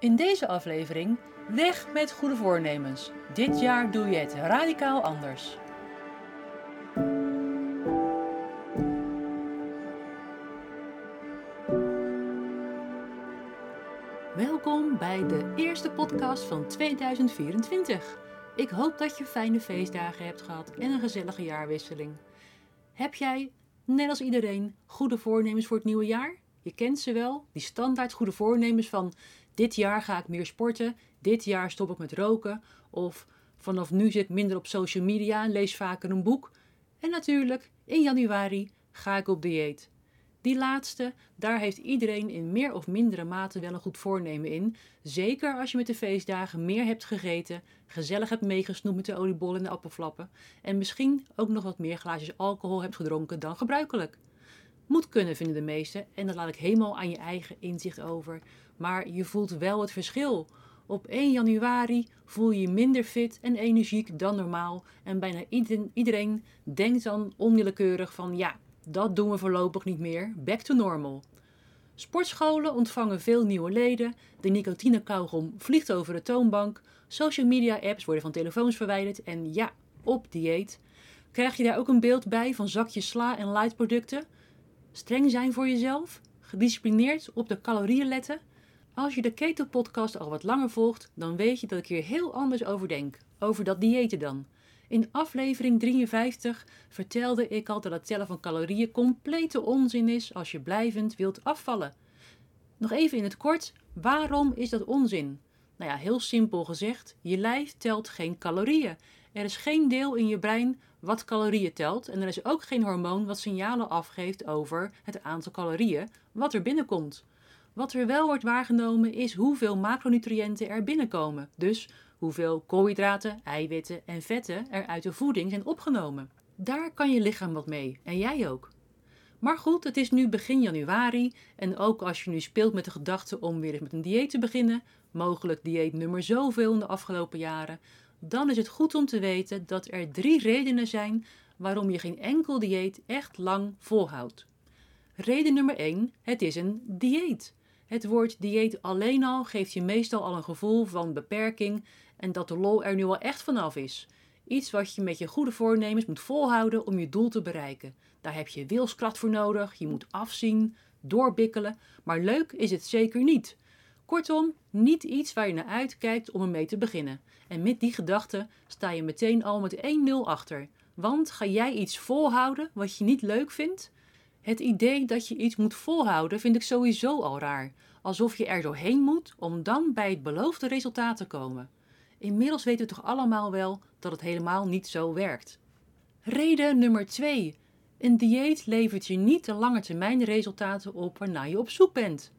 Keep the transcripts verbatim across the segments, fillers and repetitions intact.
In deze aflevering, weg met goede voornemens. Dit jaar doe je het radicaal anders. Welkom bij de eerste podcast van tweeduizend vierentwintig. Ik hoop dat je fijne feestdagen hebt gehad en een gezellige jaarwisseling. Heb jij, net als iedereen, goede voornemens voor het nieuwe jaar? Je kent ze wel, die standaard goede voornemens van dit jaar ga ik meer sporten, dit jaar stop ik met roken of vanaf nu zit ik minder op social media en lees vaker een boek. En natuurlijk, in januari ga ik op dieet. Die laatste, daar heeft iedereen in meer of mindere mate wel een goed voornemen in. Zeker als je met de feestdagen meer hebt gegeten, gezellig hebt meegesnoept met de oliebollen en de appelflappen en misschien ook nog wat meer glaasjes alcohol hebt gedronken dan gebruikelijk. Moet kunnen, vinden de meesten, en dat laat ik helemaal aan je eigen inzicht over. Maar je voelt wel het verschil. Op één januari voel je je minder fit en energiek dan normaal en bijna iedereen denkt dan onwillekeurig van ja, dat doen we voorlopig niet meer, back to normal. Sportscholen ontvangen veel nieuwe leden, de nicotinekauwgom vliegt over de toonbank, social media apps worden van telefoons verwijderd en ja, op dieet. Krijg je daar ook een beeld bij van zakjes sla en light producten? Streng zijn voor jezelf, gedisciplineerd op de calorieën letten. Als je de Keto Podcast al wat langer volgt, dan weet je dat ik hier heel anders over denk. Over dat diëten dan. In aflevering drieënvijftig vertelde ik al dat het tellen van calorieën complete onzin is als je blijvend wilt afvallen. Nog even in het kort, waarom is dat onzin? Nou ja, heel simpel gezegd, je lijf telt geen calorieën. Er is geen deel in je brein wat calorieën telt en er is ook geen hormoon wat signalen afgeeft over het aantal calorieën wat er binnenkomt. Wat er wel wordt waargenomen is hoeveel macronutriënten er binnenkomen, dus hoeveel koolhydraten, eiwitten en vetten er uit de voeding zijn opgenomen. Daar kan je lichaam wat mee en jij ook. Maar goed, het is nu begin januari en ook als je nu speelt met de gedachte om weer eens met een dieet te beginnen, mogelijk dieet nummer zoveel in de afgelopen jaren, dan is het goed om te weten dat er drie redenen zijn waarom je geen enkel dieet echt lang volhoudt. Reden nummer één, het is een dieet. Het woord dieet alleen al geeft je meestal al een gevoel van beperking en dat de lol er nu al echt vanaf is. Iets wat je met je goede voornemens moet volhouden om je doel te bereiken. Daar heb je wilskracht voor nodig, je moet afzien, doorbikkelen, maar leuk is het zeker niet. Kortom, niet iets waar je naar uitkijkt om ermee te beginnen. En met die gedachte sta je meteen al met één nul achter. Want ga jij iets volhouden wat je niet leuk vindt? Het idee dat je iets moet volhouden vind ik sowieso al raar. Alsof je er doorheen moet om dan bij het beloofde resultaat te komen. Inmiddels weten we toch allemaal wel dat het helemaal niet zo werkt. Reden nummer twee. Een dieet levert je niet de lange termijn resultaten op waarnaar je op zoek bent.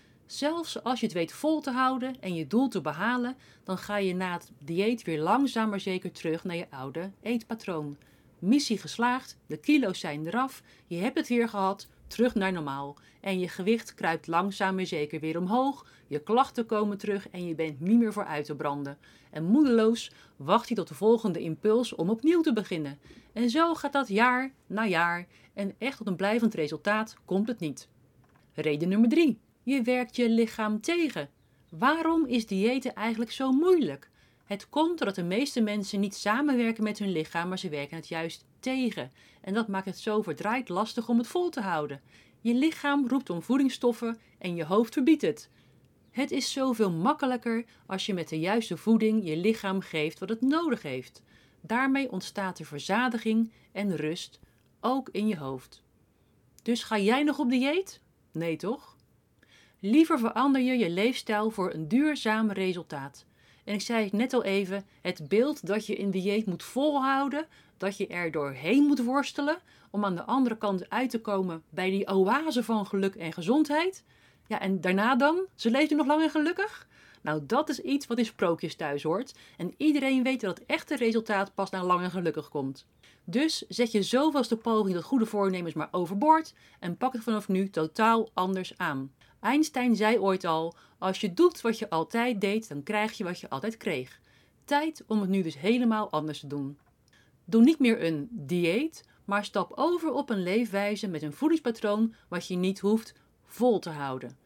Zelfs als je het weet vol te houden en je doel te behalen, dan ga je na het dieet weer langzaam maar zeker terug naar je oude eetpatroon. Missie geslaagd, de kilo's zijn eraf, je hebt het weer gehad, terug naar normaal. En je gewicht kruipt langzaam maar zeker weer omhoog, je klachten komen terug en je bent niet meer voor uit te branden. En moedeloos wacht je tot de volgende impuls om opnieuw te beginnen. En zo gaat dat jaar na jaar en echt tot een blijvend resultaat komt het niet. Reden nummer drie. Je werkt je lichaam tegen. Waarom is diëten eigenlijk zo moeilijk? Het komt doordat de meeste mensen niet samenwerken met hun lichaam, maar ze werken het juist tegen. En dat maakt het zo verdraaid lastig om het vol te houden. Je lichaam roept om voedingsstoffen en je hoofd verbiedt het. Het is zoveel makkelijker als je met de juiste voeding je lichaam geeft wat het nodig heeft. Daarmee ontstaat er verzadiging en rust, ook in je hoofd. Dus ga jij nog op dieet? Nee toch? Liever verander je je leefstijl voor een duurzaam resultaat. En ik zei het net al even, het beeld dat je een dieet moet volhouden, dat je er doorheen moet worstelen om aan de andere kant uit te komen bij die oase van geluk en gezondheid. Ja, en daarna dan? Ze leeft u nog lang en gelukkig? Nou, dat is iets wat in sprookjes thuis hoort. En iedereen weet dat het echte resultaat pas na lang en gelukkig komt. Dus zet je zoveelste poging tot goede voornemens maar overboord en pak het vanaf nu totaal anders aan. Einstein zei ooit al, als je doet wat je altijd deed, dan krijg je wat je altijd kreeg. Tijd om het nu dus helemaal anders te doen. Doe niet meer een dieet, maar stap over op een leefwijze met een voedingspatroon wat je niet hoeft vol te houden.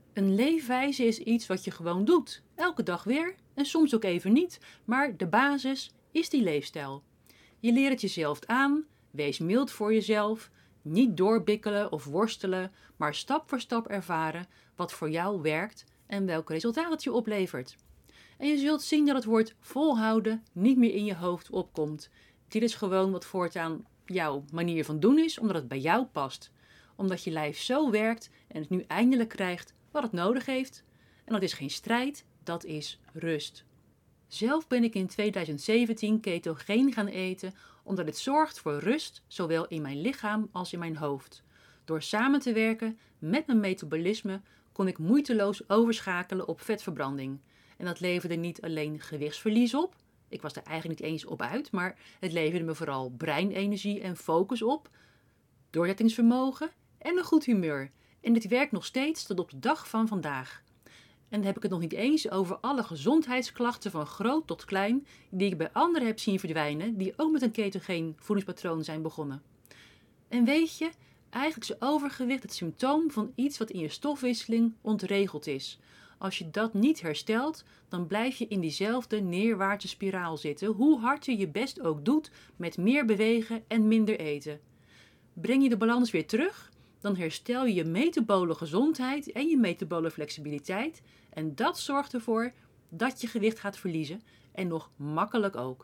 Een leefwijze is iets wat je gewoon doet, elke dag weer en soms ook even niet, maar de basis is die leefstijl. Je leert het jezelf aan, wees mild voor jezelf, niet doorbikkelen of worstelen, maar stap voor stap ervaren wat voor jou werkt en welk resultaat het je oplevert. En je zult zien dat het woord volhouden niet meer in je hoofd opkomt. Dit is gewoon wat voortaan jouw manier van doen is, omdat het bij jou past. Omdat je lijf zo werkt en het nu eindelijk krijgt wat het nodig heeft. En dat is geen strijd, dat is rust. Zelf ben ik in tweeduizend zeventien ketogeen gaan eten, omdat het zorgt voor rust, zowel in mijn lichaam als in mijn hoofd. Door samen te werken met mijn metabolisme kon ik moeiteloos overschakelen op vetverbranding. En dat leverde niet alleen gewichtsverlies op, ik was er eigenlijk niet eens op uit, maar het leverde me vooral breinenergie en focus op, doorzettingsvermogen en een goed humeur. En dit werkt nog steeds tot op de dag van vandaag. En dan heb ik het nog niet eens over alle gezondheidsklachten van groot tot klein die ik bij anderen heb zien verdwijnen die ook met een ketogeen voedingspatroon zijn begonnen. En weet je, eigenlijk is overgewicht het symptoom van iets wat in je stofwisseling ontregeld is. Als je dat niet herstelt, dan blijf je in diezelfde neerwaartse spiraal zitten, hoe hard je je best ook doet met meer bewegen en minder eten. Breng je de balans weer terug, dan herstel je je metabole gezondheid en je metabole flexibiliteit en dat zorgt ervoor dat je gewicht gaat verliezen en nog makkelijk ook.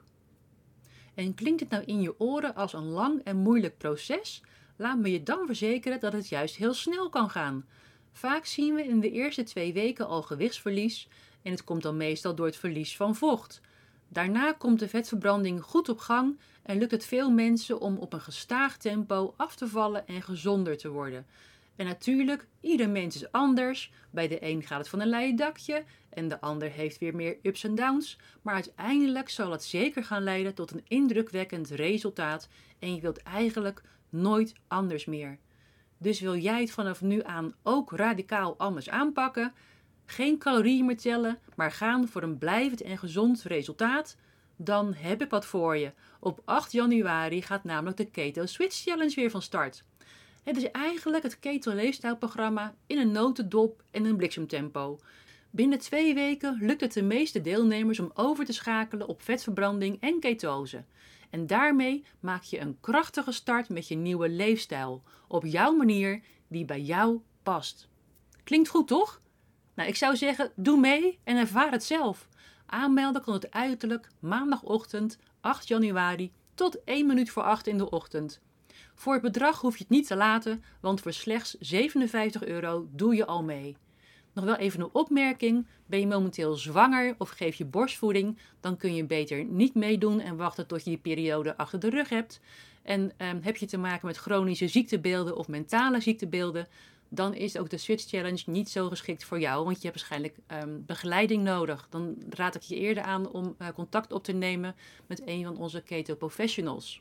En klinkt het nou in je oren als een lang en moeilijk proces? Laat me je dan verzekeren dat het juist heel snel kan gaan. Vaak zien we in de eerste twee weken al gewichtsverlies en het komt dan meestal door het verlies van vocht. Daarna komt de vetverbranding goed op gang en lukt het veel mensen om op een gestaag tempo af te vallen en gezonder te worden. En natuurlijk, ieder mens is anders. Bij de een gaat het van een leien dakje en de ander heeft weer meer ups en downs. Maar uiteindelijk zal het zeker gaan leiden tot een indrukwekkend resultaat en je wilt eigenlijk nooit anders meer. Dus wil jij het vanaf nu aan ook radicaal anders aanpakken? Geen calorieën meer tellen, maar gaan voor een blijvend en gezond resultaat? Dan heb ik wat voor je. Op acht januari gaat namelijk de Keto Switch Challenge weer van start. Het is eigenlijk het keto leefstijlprogramma in een notendop en een bliksemtempo. Binnen twee weken lukt het de meeste deelnemers om over te schakelen op vetverbranding en ketose. En daarmee maak je een krachtige start met je nieuwe leefstijl. Op jouw manier die bij jou past. Klinkt goed, toch? Nou, ik zou zeggen, doe mee en ervaar het zelf. Aanmelden kan het uiterlijk maandagochtend acht januari tot één minuut voor acht in de ochtend. Voor het bedrag hoef je het niet te laten, want voor slechts zevenenvijftig euro doe je al mee. Nog wel even een opmerking, ben je momenteel zwanger of geef je borstvoeding, dan kun je beter niet meedoen en wachten tot je die periode achter de rug hebt. En um, heb je te maken met chronische ziektebeelden of mentale ziektebeelden, dan is ook de Switch Challenge niet zo geschikt voor jou, want je hebt waarschijnlijk um, begeleiding nodig. Dan raad ik je eerder aan om uh, contact op te nemen met een van onze keto professionals.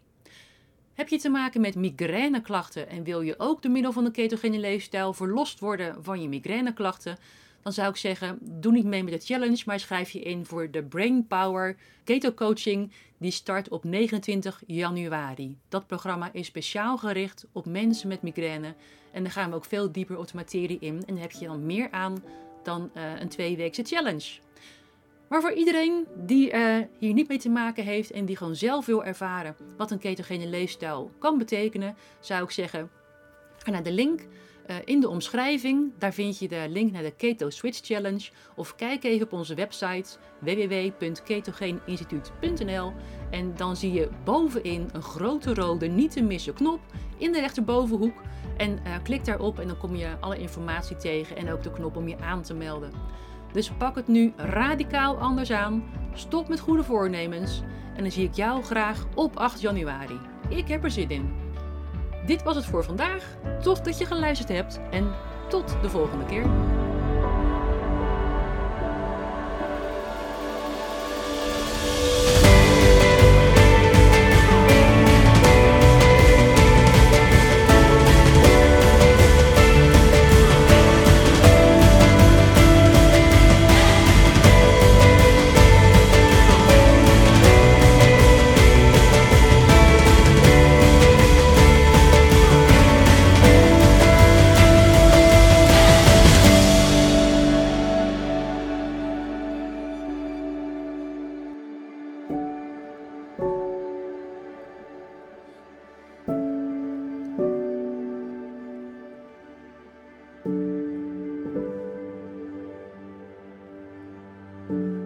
Heb je te maken met migraineklachten en wil je ook door middel van de ketogene leefstijl verlost worden van je migraineklachten, dan zou ik zeggen, doe niet mee met de challenge, maar schrijf je in voor de Brain Power Keto Coaching. Die start op negenentwintig januari. Dat programma is speciaal gericht op mensen met migraine en daar gaan we ook veel dieper op de materie in en heb je dan meer aan dan uh, een tweeweekse challenge. Maar voor iedereen die uh, hier niet mee te maken heeft en die gewoon zelf wil ervaren wat een ketogene leefstijl kan betekenen, zou ik zeggen, ga naar de link uh, in de omschrijving. Daar vind je de link naar de Keto Switch Challenge. Of kijk even op onze website w w w punt ketogeeninstituut punt n l en dan zie je bovenin een grote rode niet te missen knop in de rechterbovenhoek. En uh, klik daarop en dan kom je alle informatie tegen en ook de knop om je aan te melden. Dus pak het nu radicaal anders aan, stop met goede voornemens en dan zie ik jou graag op acht januari. Ik heb er zin in. Dit was het voor vandaag. Tof dat je geluisterd hebt en tot de volgende keer. doen.